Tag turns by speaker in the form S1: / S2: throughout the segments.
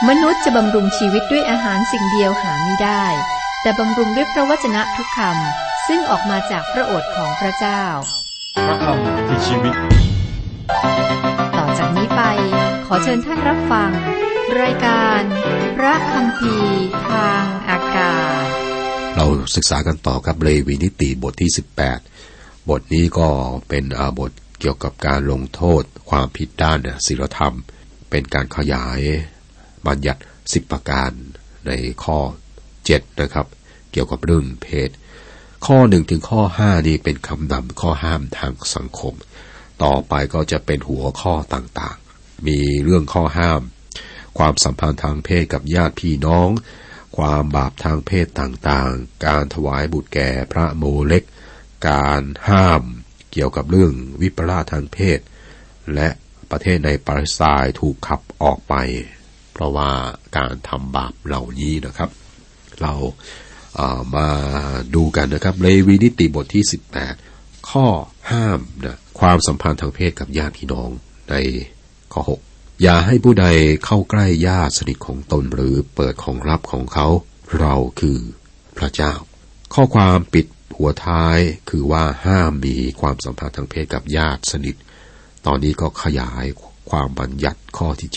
S1: มนุษย์จะบำรุงชีวิตด้วยอาหารสิ่งเดียวหาไม่ได้แต่บำรุงด้วยพระวจนะทุกคำซึ่งออกมาจากพระโอษฐ์ของพระเจ้า
S2: พระคำคือชีวิต
S1: ต่อจากนี้ไปขอเชิญท่านรับฟังรายการพระคัมภีร์ทางอากาศ
S3: เราศึกษากันต่อกับเลวีนิติบทที่18บทนี้ก็เป็นบทเกี่ยวกับการลงโทษความผิดด้านศีลธรรมเป็นการขยายบัญญัติ10ประการในข้อ7นะครับเกี่ยวกับเรื่องเพศข้อ1ถึงข้อ5นี่เป็นคำนำข้อห้ามทางสังคมต่อไปก็จะเป็นหัวข้อต่างๆมีเรื่องข้อห้ามความสัมพันธ์ทางเพศกับญาติพี่น้องความบาปทางเพศต่างๆการถวายบุตรแก่พระโมเลกการห้ามเกี่ยวกับเรื่องวิปลาสทางเพศและประเทศในปาเลสไตน์ถูกขับออกไปเพราะว่าการทำบาปเหล่านี้นะครับเรามาดูกันนะครับเลวีนิติบทที่18ข้อห้ามนะความสัมพันธ์ทางเพศกับญาติพี่น้องในข้อ6อย่าให้ผู้ใดเข้าใกล้ญาติสนิทของตนหรือเปิดของลับของเขาเราคือพระเจ้าข้อความปิดหัวท้ายคือว่าห้ามมีความสัมพันธ์ทางเพศกับญาติสนิทตอนนี้ก็ขยายความบัญญัติข้อที่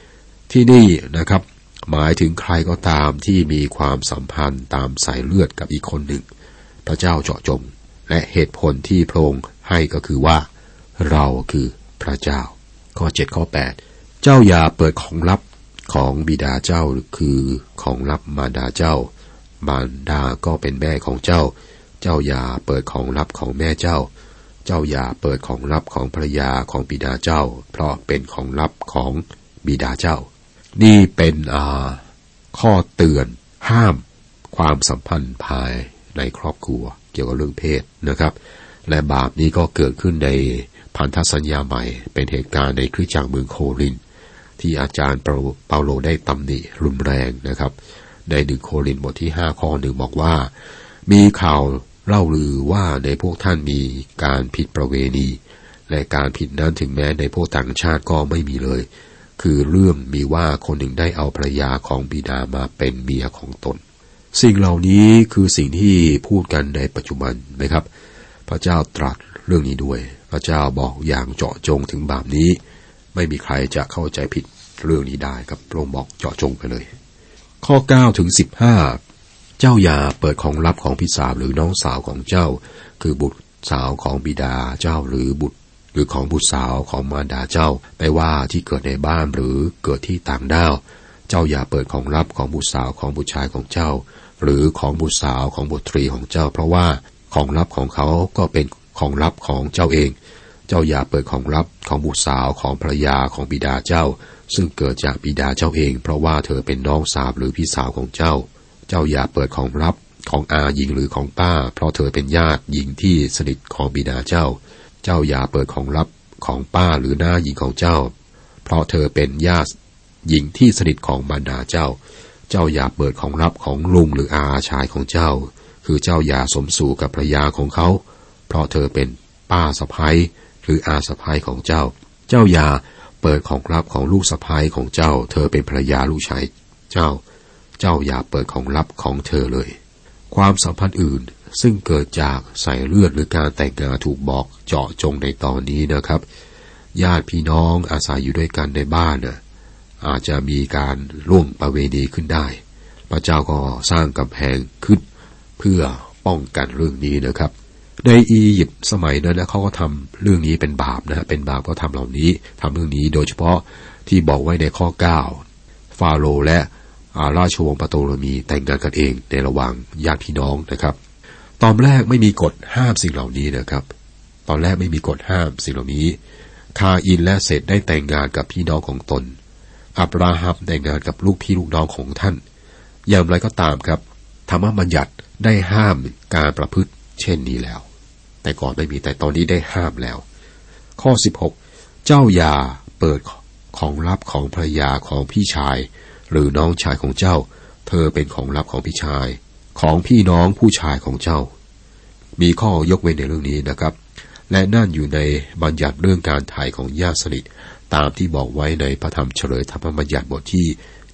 S3: 7ที่นี่นะครับหมายถึงใครก็ตามที่มีความสัมพันธ์ตามสายเลือดกับอีกคนหนึ่งพระเจ้าเจาะจงและเหตุผลที่พระองค์ให้ก็คือว่าเราคือพระเจ้าข้อ7ข้อ8เจ้าอย่าเปิดของลับของบิดาเจ้าคือของลับมารดาเจ้ามารดาก็เป็นแม่ของเจ้าเจ้าอย่าเปิดของลับของแม่เจ้าเจ้าอย่าเปิดของลับของภรรยาของบิดาเจ้าเพราะเป็นของลับของบิดาเจ้านี่เป็นข้อเตือนห้ามความสัมพันธ์ภายในครอบครัวเกี่ยวกับเรื่องเพศนะครับและบาปนี้ก็เกิดขึ้นในพันธสัญญาใหม่เป็นเหตุการณ์ในคริสตจักรเมืองโครินธ์ที่อาจารย์เปาโลได้ตำหนิรุนแรงนะครับใน1โครินธ์บทที่5ข้อ1บอกว่ามีข่าวเล่าลือว่าในพวกท่านมีการผิดประเวณีและการผิดนั้นถึงแม้ในพวกต่างชาติก็ไม่มีเลยคือเรื่องมีว่าคนหนึ่งได้เอาภรรยาของบิดามาเป็นเมียของตนสิ่งเหล่านี้คือสิ่งที่พูดกันในปัจจุบันนะครับพระเจ้าตรัสเรื่องนี้ด้วยพระเจ้าบอกอย่างเจาะจงถึงบาปนี้ไม่มีใครจะเข้าใจผิดเรื่องนี้ได้ครับพระองค์บอกเจาะจงไปเลยข้อ9ถึง15เจ้าอย่าเปิดของลับของพี่สาวหรือน้องสาวของเจ้าคือบุตรสาวของบิดาเจ้าหรือของบุตรสาวของมารดาเจ้าไม่ว่าที่เกิดในบ้านหรือเกิดที่ต่างด้าวเจ้าอย่าเปิดของลับของบุตรสาวของบุตรชายของเจ้าหรือของบุตรสาวของบุตรีของเจ้าเพราะว่าของลับของเขาก็เป็นของลับของเจ้าเองเจ้าอย่าเปิดของลับของบุตรสาวของภรรยาของบิดาเจ้าซึ่งเกิดจากบิดาเจ้าเองเพราะว่าเธอเป็นน้องสาวหรือพี่สาวของเจ้าเจ้าอย่าเปิดของลับของอาหญิงหรือของป้าเพราะเธอเป็นญาติหญิงที่สนิทของบิดาเจ้าเจ้าอย่าเปิดของลับของป้าหรือน้าหญิงของเจ้าเพราะเธอเป็นญาติหญิงที่สนิทของมารดาเจ้าเจ้าอย่าเปิดของลับของลุงหรืออาชายของเจ้าคือเจ้าอย่าสมสู่กับภรรยาของเขาเพราะเธอเป็นป้าสะใภ้หรืออาสะใภ้ของเจ้าเจ้าอย่าเปิดของลับของลูกสะใภ้ของเจ้าเธอเป็นภรรยาลูกชายเจ้าอย่าเปิดของลับของเธอเลยความสัมพันธ์อื่นซึ่งเกิดจากสายเลือดหรือการแต่งงานถูกบอกเจาะจงในตอนนี้นะครับญาติพี่น้องอาศัยอยู่ด้วยกันในบ้านอาจจะมีการล่วงประเวณีขึ้นได้พระเจ้าก็สร้างกำแพงขึ้นเพื่อป้องกันเรื่องนี้นะครับในอียิปต์สมัยนั้นเขาก็ทำเรื่องนี้เป็นบาปนะเป็นบาปก็ทำเหล่านี้ทำเรื่องนี้โดยเฉพาะที่บอกไว้ในข้อ9ฟาโรห์และราชวงศ์ปาโตเลมีแต่งงานกันเองในระหว่างญาติพี่น้องนะครับตอนแรกไม่มีกฎห้ามสิ่งเหล่านี้นะครับตอนแรกไม่มีกฎห้ามสิ่งเหล่านี้คาอินและเสธได้แต่งงานกับพี่น้องของตนอับราฮัมแต่งงานกับลูกพี่ลูกน้องของท่านอย่างไรก็ตามครับธรรมบัญญัติได้ห้ามการประพฤติเช่นนี้แล้วแต่ก่อนไม่มีแต่ตอนนี้ได้ห้ามแล้วข้อ16เจ้าอย่าเปิดของลับของภรรยาของพี่ชายหรือน้องชายของเจ้าเธอเป็นของลับของพี่ชายของพี่น้องผู้ชายของเจ้ามีข้อยกเว้นในเรื่องนี้นะครับและนั่นอยู่ในบัญญัติเรื่องการถ่ายของญาติสนิทตามที่บอกไว้ในพระธรรมเฉลยธรรมบัญญัติบทที่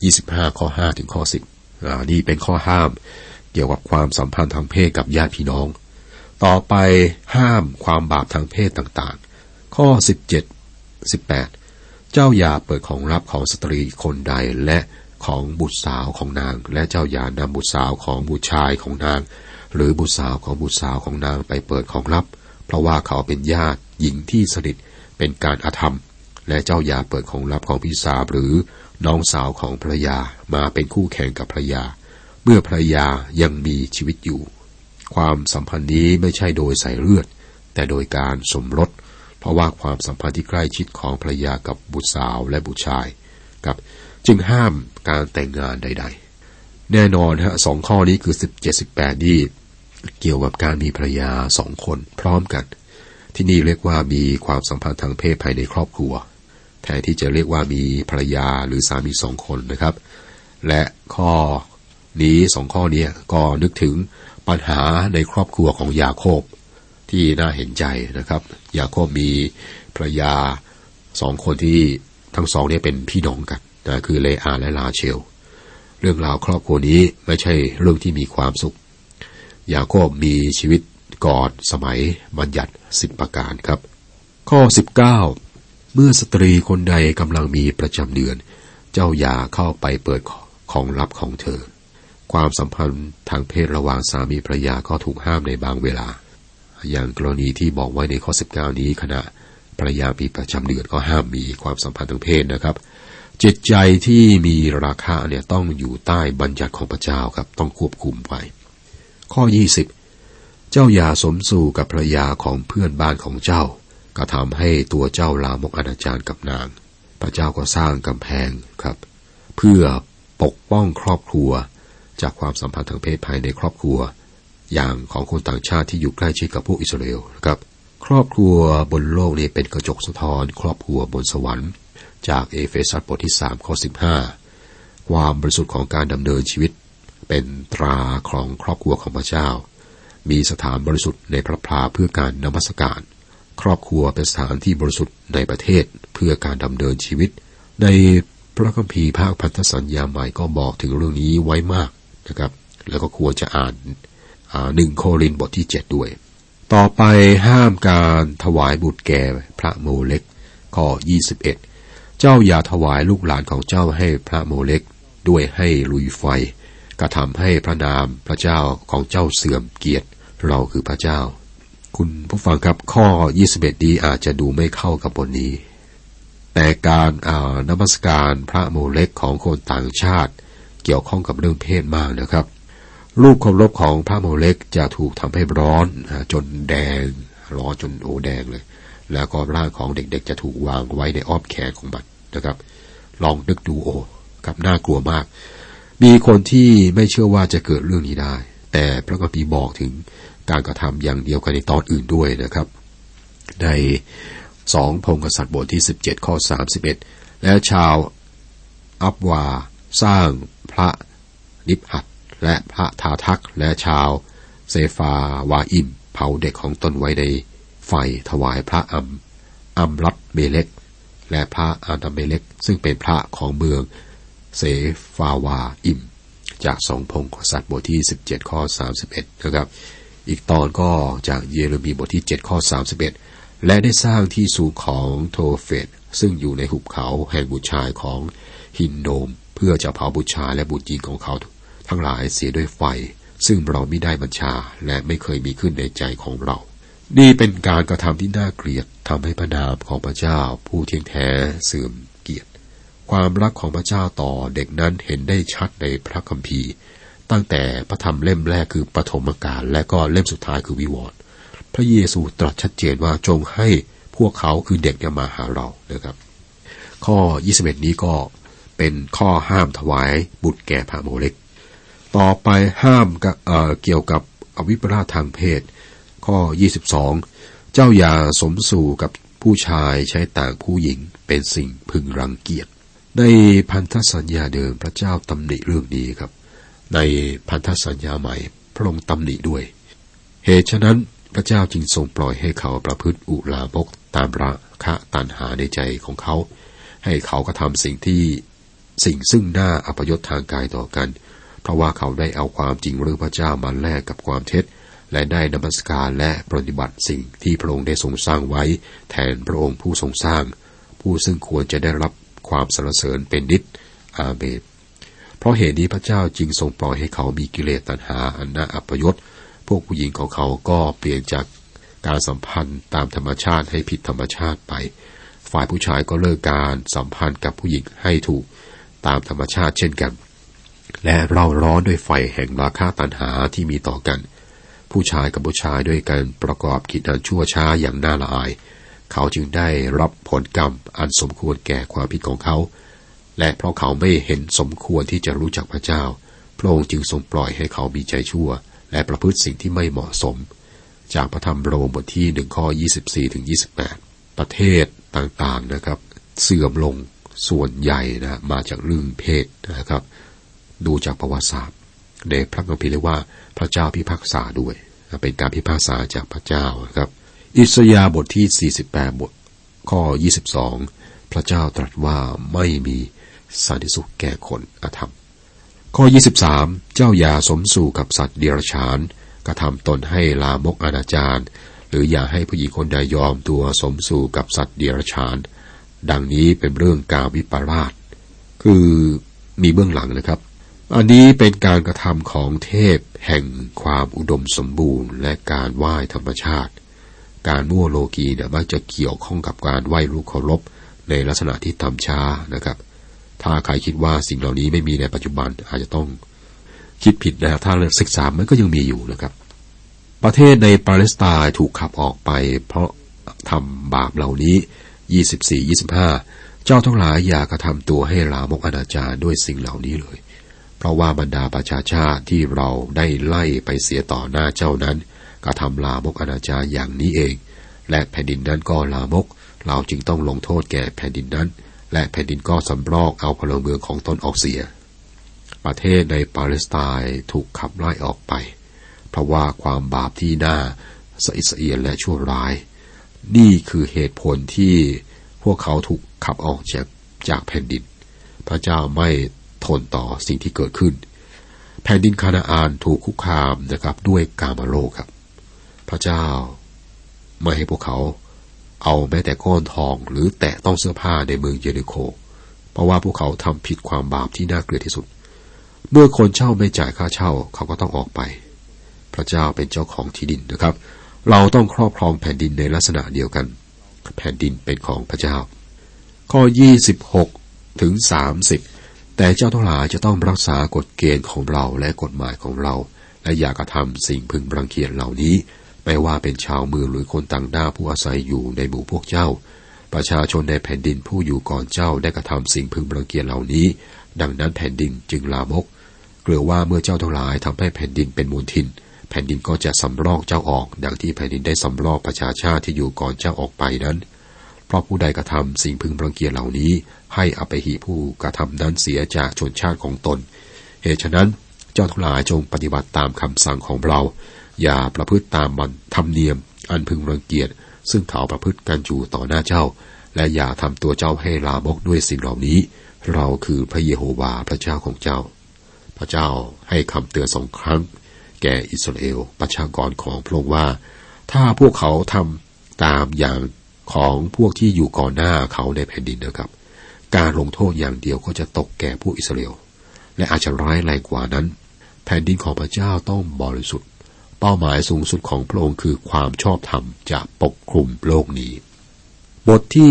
S3: 25ข้อ5ถึงข้อ10นี่เป็นข้อห้ามเกี่ยวกับความสัมพันธ์ทางเพศกับญาติพี่น้องต่อไปห้ามความบาปทางเพศต่างๆข้อ17-18เจ้าอย่าเปิดของลับของสตรีคนใดและของบุตรสาวของนางและเจ้าอย่านำบุตรสาวของบุตรชายของนางหรือบุตรสาวของบุตรสาวของนางไปเปิดของลับเพราะว่าเขาเป็นญาติหญิงที่สนิทเป็นการอธรรมและเจ้าอย่าเปิดของลับของพี่สาวหรือน้องสาวของภรรยามาเป็นคู่แข่งกับภรรยาเมื่อภรรยายังมีชีวิตอยู่ความสัมพันธ์นี้ไม่ใช่โดยสายเลือดแต่โดยการสมรสเพราะว่าความสัมพันธ์ที่ใกล้ชิดของภรรยากับบุตรสาวและบุตรชายครับจึงห้ามการแต่งงานใดๆแน่นอนสองข้อนี้คือ17-18นี่เกี่ยวกับการมีภรรยา2คนพร้อมกันที่นี่เรียกว่ามีความสัมพันธ์ทางเพศภายในครอบครัวแทนที่จะเรียกว่ามีภรรยาหรือสามี2คนนะครับและข้อนี้2ข้อนี้ก็นึกถึงปัญหาในครอบครัวของยาโคบที่น่าเห็นใจนะครับยาโคบมีภรรยา2คนที่ทั้งสองนี้เป็นพี่น้องกันนะคือเลอาและราเชลเรื่องราวครอบครัวนี้ไม่ใช่เรื่องที่มีความสุขยาโคบมีชีวิตก่อนสมัยบัญญัติ10ประการครับข้อ19เมื่อสตรีคนใดกำลังมีประจำเดือนเจ้าอย่าเข้าไปเปิดของลับของเธอความสัมพันธ์ทางเพศระหว่างสามีภรรยาก็ถูกห้ามในบางเวลาอย่างกรณีที่บอกไว้ในข้อ19นี้ขณะภรรยามีประจำเดือนก็ห้ามมีความสัมพันธ์ทางเพศนะครับจิตใจที่มีราคะเนี่ยต้องอยู่ใต้บัญญัติของพระเจ้าครับต้องควบคุมไว้ข้อ20เจ้าอย่าสมสู่กับภรรยาของเพื่อนบ้านของเจ้ากระทำให้ตัวเจ้าลามกอนาจารกับนางพระเจ้าก็สร้างกำแพงครับเพื่อปกป้องครอบครัวจากความสัมพันธ์ทางเพศภายในครอบครัวอย่างของคนต่างชาติที่อยู่ใกล้ชิดกับพวกอิสราเอลครับครอบครัวบนโลกนี้เป็นกระจกสะท้อนครอบครัวบนสวรรค์จากเอเฟซัสบทที่3ข้อ15ความบริสุทธิ์ของการดำเนินชีวิตเป็นตราของครอบครัวของพระเจ้ามีสถานบริสุทธิ์ในพระพลาเพื่อการนมัสการครอบครัวเป็นสถานที่บริสุทธิ์ในประเทศเพื่อการดำเนินชีวิตในพระคัมภีร์ภาคพันธสัญญาใหม่ก็บอกถึงเรื่องนี้ไว้มากนะครับแล้วก็ควรจะอ่าน1โครินธ์บทที่7ด้วยต่อไปห้ามการถวายบุตรแก่พระโมเลกข้อ21เจ้าอย่าถวายลูกหลานของเจ้าให้พระโมเลกด้วยให้ลุยไฟกระทำให้พระนามพระเจ้าของเจ้าเสื่อมเกียรติเราคือพระเจ้าคุณผู้ฟังครับข้อ21นี้อาจจะดูไม่เข้ากับบทนี้แต่การนมัสการพระโมเลกของคนต่างชาติเกี่ยวข้องกับเรื่องเพศมากนะครับรูปเคารพของพระโมเลกจะถูกทำให้ร้อนจนแดงร้อนจนแดงเลยแล้วก็ร่างของเด็กๆจะถูกวางไว้ในอ้อมแขนของมันนะครับลองนึกดูครับน่ากลัวมากมีคนที่ไม่เชื่อว่าจะเกิดเรื่องนี้ได้แต่พระคัมภีร์บอกถึงการกระทำอย่างเดียวกันในตอนอื่นด้วยนะครับใน2พงศ์กษัตริย์บทที่17ข้อ31และชาวอับวาสร้างพระนิบหัดและพระทาทักและชาวเซฟาวาอิมเผาเด็กของตนไว้ในไฟถวายพระอัมรัตเมเลกและพระอานาเมเลกซึ่งเป็นพระของเมืองเซฟาวาอิมจาก2พงศ์กษัตริย์บทที่17ข้อ31นะครับอีกตอนก็จากเยเรมีบทที่7ข้อ31และได้สร้างที่สูงของโทเฟตซึ่งอยู่ในหุบเขาแห่งบุตรชายของฮินโดมเพื่อจะเผาบุตรชายและบุตรหญิงของเขาทั้งหลายเสียด้วยไฟซึ่งเราไม่ได้บัญชาและไม่เคยมีขึ้นในใจของเรานี่เป็นการกระทำที่น่าเกลียดทำให้พระนามของพระเจ้าผู้เที่ยงแท้เสื่อมเกียรติความรักของพระเจ้าต่อเด็กนั้นเห็นได้ชัดในพระคัมภีร์ตั้งแต่พระธรรมเล่มแรกคือปฐมกาลและก็เล่มสุดท้ายคือวิวรณ์พระเยซูตรัสชัดเจนว่าจงให้พวกเขาคือเด็กมาหาเรานะครับข้อ21นี้ก็เป็นข้อห้ามถวายบุตรแก่พระโมเลกต่อไปห้ามเกี่ยวกับอวิปลาสทางเพศข้อ22เจ้าอย่าสมสู่กับผู้ชายใช้ต่างผู้หญิงเป็นสิ่งพึงรังเกียจในพันธสัญญาเดิมพระเจ้าตำหนิเรื่องนี้ครับในพันธสัญญาใหม่พระองค์ตำหนิด้วยเหตุฉะนั้นพระเจ้าจึงทรงปล่อยให้เขาประพฤติอุลามกตามราคะตัณหาในใจของเขาให้เขากระทำสิ่งที่สิ่งซึ่งน่าอัปยศทางกายต่อกันเพราะว่าเขาได้เอาความจริงเรื่องพระเจ้ามาแลกกับความเท็จและได้นมัสการและปฏิบัติสิ่งที่พระองค์ได้ทรงสร้างไว้แทนพระองค์ผู้ทรงสร้างผู้ซึ่งควรจะได้รับความสรรเสริญเป็นนิจอาเมนเพราะเหตุนี้พระเจ้าจึงทรงปล่อยให้เขามีกิเลสตัณหาอันน่าอัปยศพวกผู้หญิงของเขาก็เปลี่ยนจากการสัมพันธ์ตามธรรมชาติให้ผิดธรรมชาติไปฝ่ายผู้ชายก็เลิกการสัมพันธ์กับผู้หญิงให้ถูกตามธรรมชาติเช่นกันและเร่าร้อนด้วยไฟแห่งราคะตัณหาที่มีต่อกันผู้ชายกับผู้ชายด้วยกันประกอบกิจอันชั่วช้าอย่างน่าละอายเขาจึงได้รับผลกรรมอันสมควรแก่ความผิดของเขาและเพราะเขาไม่เห็นสมควรที่จะรู้จักพระเจ้าพระองค์จึงทรงปล่อยให้เขามีใจชั่วและประพฤติสิ่งที่ไม่เหมาะสมจากพระธรรมโรมบทที่1ข้อ24ถึง28ประเทศต่างๆนะครับเสื่อมลงส่วนใหญ่นะมาจากเรื่องเพศนะครับดูจากประวัติศาสตร์ในพระคัมภีร์เรียกว่าพระเจ้าพิพากษาด้วยเป็นการพิพากษาจากพระเจ้านะครับอิสยาห์บทที่48บทข้อ22พระเจ้าตรัสว่าไม่มีสันติสุขแก่คนอธรรมข้อ23เจ้าอย่าสมสู่กับสัตว์เดรัจฉานกระทำตนให้ลามกอนาจารหรืออย่าให้ผู้หญิงคนใดยอมตัวสมสู่กับสัตว์เดรัจฉานดังนี้เป็นเรื่องกามวิปลาสคือมีเบื้องหลังนะครับอันนี้เป็นการกระทำของเทพแห่งความอุดมสมบูรณ์และการไหว้ธรรมชาติการมั่วโลกีเนี่ยมักจะเกี่ยวข้องกับการไหว้รูปเคารพในลักษณะที่ทำช้านะครับถ้าใครคิดว่าสิ่งเหล่านี้ไม่มีในปัจจุบันอาจจะต้องคิดผิดนะถ้าศึกษามันก็ยังมีอยู่นะครับประเทศในปาเลสไตน์ถูกขับออกไปเพราะทำบาปเหล่านี้24-25เจ้าทั้งหลายอย่ากระทำตัวให้ลามกอนาจารด้วยสิ่งเหล่านี้เลยเพราะว่าบรรดาประชาชาติที่เราได้ไล่ไปเสียต่อหน้าเจ้านั้นกระทำลามกอนาจารอย่างนี้เองและแผ่นดินนั้นก็ลามกเราจึงต้องลงโทษแก่แผ่นดินนั้นและแผ่นดินก็สำรอกเอาพลเมืองของตนออกเสียประเทศในปาเลสไตน์ถูกขับไล่ออกไปเพราะว่าความบาปที่น่าสะอิดสะเอียนและชั่วร้ายนี่คือเหตุผลที่พวกเขาถูกขับออกจากแผ่นดินพระเจ้าไม่ทนต่อสิ่งที่เกิดขึ้นแผ่นดินคานาอันถูกคุกคามนะครับด้วยกามโลกครับพระเจ้าไม่ให้พวกเขาเอาแม้แต่ก้อนทองหรือแตะต้องเสื้อผ้าในเมืองเยริโคเพราะว่าพวกเขาทำผิดความบาปที่น่าเกลียดที่สุดเมื่อคนเช่าไม่จ่ายค่าเช่าเขาก็ต้องออกไปพระเจ้าเป็นเจ้าของที่ดินนะครับเราต้องครอบครองแผ่นดินในลักษณะเดียวกันแผ่นดินเป็นของพระเจ้าข้อ26ถึง30แต่เจ้าทั้งหลายจะต้องรักษากฎเกณฑ์ของเราและกฎหมายของเราและอย่ากระทำสิ่งพึงรังเกียจเหล่านี้ไม่ว่าเป็นชาวเมืองหรือคนต่างด้าวผู้อาศัยอยู่ในหมู่พวกเจ้าประชาชนในแผ่นดินผู้อยู่ก่อนเจ้าได้กระทำสิ่งพึงรังเกียจเหล่านี้ดังนั้นแผ่นดินจึงลามกเกลือว่าเมื่อเจ้าทั้งหลายทำให้แผ่นดินเป็นมลทินแผ่นดินก็จะสำรอกเจ้าออกดังที่แผ่นดินได้สำรอกประชาชาติที่อยู่ก่อนเจ้าออกไปนั้นเพราะผู้ใดกระทำสิ่งพึงรังเกียจเหล่านี้ให้อภัยผู้กระทำนั้นเสียจากชนชาติของตนเหตุฉะนั้นเจ้าทั้งหลายจงปฏิบัติตามคำสั่งของเราอย่าประพฤติตามธรรมเนียมอันพึงรังเกียจซึ่งเขาประพฤติกันอยู่ต่อหน้าเจ้าและอย่าทำตัวเจ้าให้ลามกด้วยสิ่งเหล่านี้เราคือพระเยโฮวาห์พระเจ้าของเจ้าพระเจ้าให้คำเตือน2 ครั้งแก่อิสราเอลประชากรของพระองค์ว่าถ้าพวกเขาทำตามอย่างของพวกที่อยู่ก่อนหน้าเขาในแผ่นดินนะครับการลงโทษอย่างเดียวก็จะตกแก่พวกอิสราเอลและอาจจะร้ายแรงกว่านั้นแผ่นดินของพระเจ้าต้องบริสุทธิ์เป้าหมายสูงสุดของพระองค์คือความชอบธรรมจะปกคลุมโลกนี้บทที่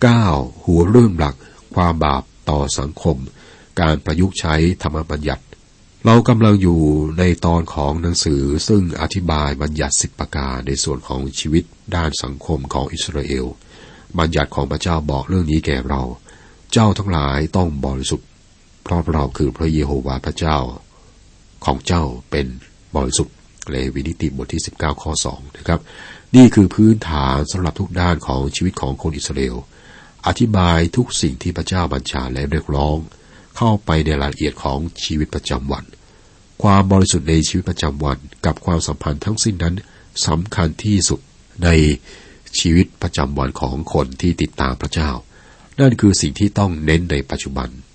S3: 19หัวเรื่องหลักความบาปต่อสังคมการประยุกต์ใช้ธรรมบัญญัติเรากำลังอยู่ในตอนของหนังสือซึ่งอธิบายบัญญัติ10 ประการในส่วนของชีวิตด้านสังคมของอิสราเอลบัญญัติของพระเจ้าบอกเรื่องนี้แก่เราเจ้าทั้งหลายต้องบริสุทธิ์เพราะเราคือพระเยโฮวาห์พระเจ้าของเจ้าเป็นบริสุทธิ์เลวีนิติบทที่19ข้อ2นะครับนี่คือพื้นฐานสำหรับทุกด้านของชีวิตของคนอิสราเอลอธิบายทุกสิ่งที่พระเจ้าบัญชาและเรียกร้องเข้าไปในรายละเอียดของชีวิตประจำวันความบริสุทธิ์ในชีวิตประจำวันกับความสัมพันธ์ทั้งสิ้นนั้นสำคัญที่สุดในชีวิตประจำวันของคนที่ติดตามพระเจ้านั่นคือสิ่งที่ต้องเน้นในปัจจุบัน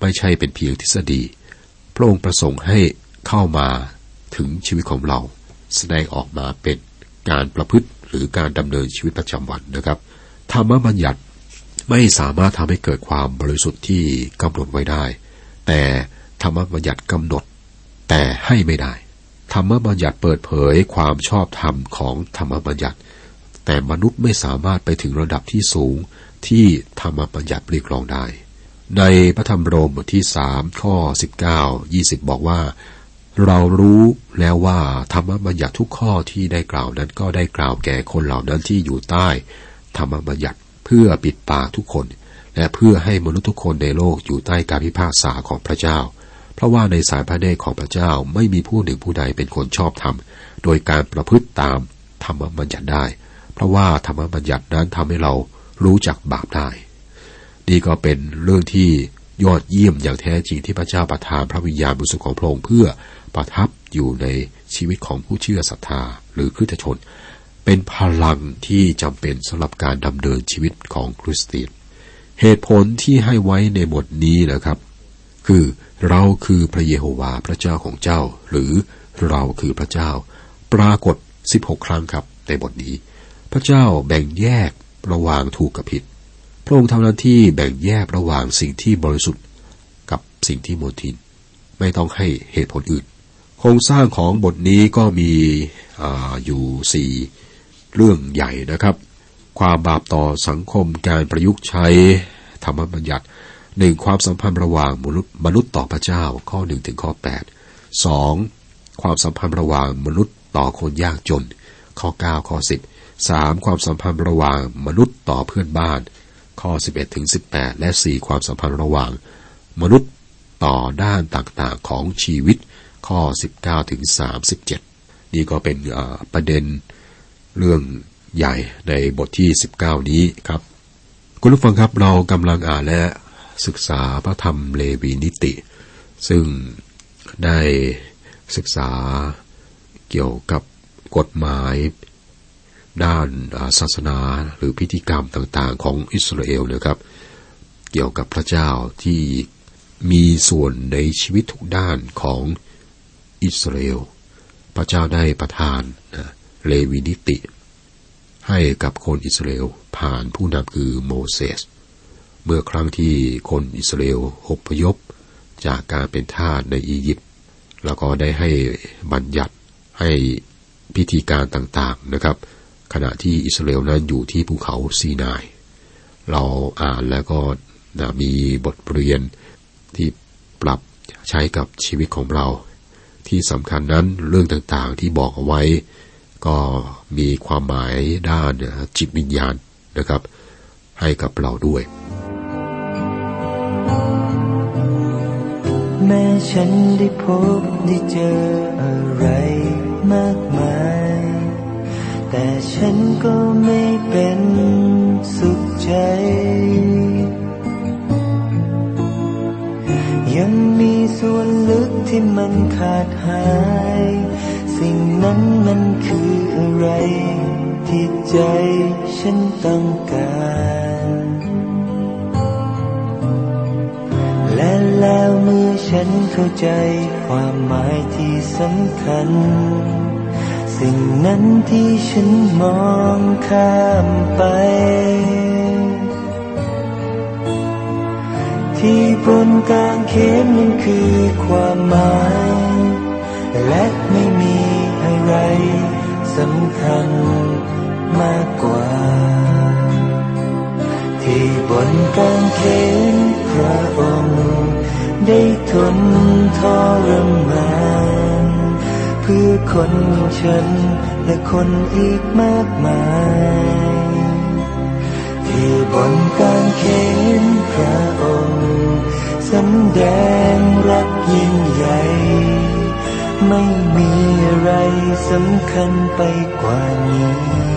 S3: ไม่ใช่เป็นเพียงทฤษฎีพระองค์ประสงค์ให้เข้ามาถึงชีวิตของเราแสดงออกมาเป็นการประพฤติหรือการดำเนินชีวิตประจำวันนะครับธรรมบัญญัติไม่สามารถทำให้เกิดความบริสุทธิ์ที่กำหนดไว้ได้แต่ธรรมบัญญัติกำหนดแต่ให้ไม่ได้ธรรมบัญญัติเปิดเผยความชอบธรรมของธรรมบัญญัติแต่มนุษย์ไม่สามารถไปถึงระดับที่สูงที่ธรรมบัญญัติเรียกร้องได้ในพระธรรมโรมบทที่3ข้อ19 20บอกว่าเรารู้แล้วว่าธรรมบัญญัติทุกข้อที่ได้กล่าวนั้นก็ได้กล่าวแก่คนเหล่านั้นที่อยู่ใต้ธรรมบัญญัติเพื่อปิดปากทุกคนและเพื่อให้มนุษย์ทุกคนในโลกอยู่ใต้การพิพากษาของพระเจ้าเพราะว่าในสายพระเนตรของพระเจ้าไม่มีผู้หนึ่งผู้ใดเป็นคนชอบธรรมโดยการประพฤติตามธรรมบัญญัติได้เพราะว่าธรรมบัญญัตินั้นทำให้เรารู้จักบาปได้นี่ก็เป็นเรื่องที่ยอดเยี่ยมอย่างแท้จริงที่พระเจ้าประทานพระวิญญาณบริสุทธิ์ของพระองค์เพื่อประทับอยู่ในชีวิตของผู้เชื่อศรัทธาหรือคริสตชนเป็นพลังที่จำเป็นสำหรับการดำเนินชีวิตของคริสเตียนเหตุผลที่ให้ไว้ในบทนี้นะครับคือเราคือพระเยโฮวาห์พระเจ้าของเจ้าหรือเราคือพระเจ้าปรากฏ16ครั้งครับในบทนี้พระเจ้าแบ่งแยกระหว่างถูกกับผิดพระองค์ทำหน้าที่แบ่งแยกระหว่างสิ่งที่บริสุทธิ์กับสิ่งที่มลทินไม่ต้องให้เหตุผลอื่นโครงสร้างของบทนี้ก็มีอยู่4เรื่องใหญ่นะครับความบาปต่อสังคมการประยุกต์ใช้ธรรมบัญญัติ1ความสัมพันธ์ระหว่างมนุษย์ต่อพระเจ้าข้อ1ถึงข้อ8 2ความสัมพันธ์ระหว่างมนุษย์ต่อคนยากจนข้อ9ข้อ10 3ความสัมพันธ์ระหว่างมนุษย์ต่อเพื่อนบ้านข้อ11ถึง18และ4ความสัมพันธ์ระหว่างมนุษย์ต่อด้านต่างๆของชีวิตข้อ19ถึง37นี่ก็เป็นประเด็นเรื่องใหญ่ในบทที่19นี้ครับคุณผู้ฟังครับเรากำลังอ่านและศึกษาพระธรรมเลวีนิติซึ่งได้ศึกษาเกี่ยวกับกฎหมายด้านศาสนาหรือพิธีกรรมต่างๆของอิสราเอลนะครับเกี่ยวกับพระเจ้าที่มีส่วนในชีวิตทุกด้านของอิสราเอลพระเจ้าได้ประทานเลวีนิติให้กับคนอิสราเอลผ่านผู้นำคือโมเสสเมื่อครั้งที่คนอิสราเอลอพยพจากการเป็นทาสในอียิปต์แล้วก็ได้ให้บัญญัติให้พิธีการต่างๆนะครับขณะที่อิสราเอลนั้นอยู่ที่ภูเขาซีนายเราอ่านแล้วก็มีบทเรียนที่ปรับใช้กับชีวิตของเราที่สำคัญนั้นเรื่องต่างๆที่บอกเอาไว้ก็มีความหมายด้านจิตวิญญาณนะครับให้กับเราด้วย
S4: แม้ฉันได้พบได้เจออะไรมากมายแต่ฉันก็ไม่เป็นสุขใจยังมีส่วนลึกที่มันขาดหายสิ่งนั้นมันคืออะไรที่ใจฉันต้องการและแล้วเมื่อฉันเข้าใจความหมายที่สำคัญสิ่งนั้นที่ฉันมองข้ามไปที่บนกางเขนนั้นคือความหมายและไม่มีอะไรสำคัญมากกว่าที่บนกางเขนพระองค์ได้ทนทรมานเพื่อคนฉันและคนอีกมากมายที่บนกางเขนพระองค์สำแดงรักยิ่งใหญ่ไม่มีอะไรสำคัญไปกว่านี้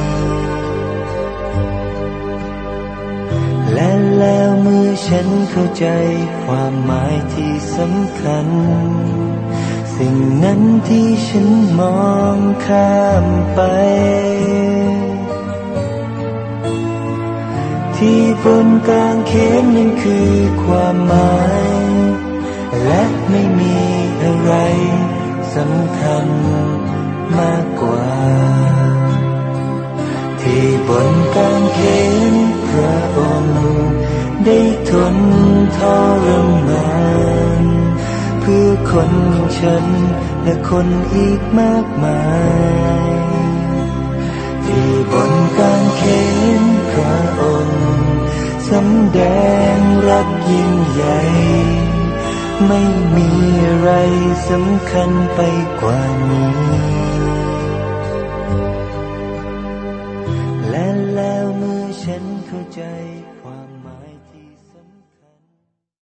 S4: และแล้วเมื่อฉันเข้าใจความหมายที่สำคัญสิ่งนั้นที่ฉันมองข้ามไปที่บนกางเขนนั้นคือความหมายสำคัญมากกว่าที่บนกางเขนพระองค์ได้ทนทรมานเพื่อคนฉันและคนอีกมากมายที่บนกางเขนพระองค์สำแดงรักยิ่งใหญ่ไม่มีอะไรสำคัญไปกว่านี้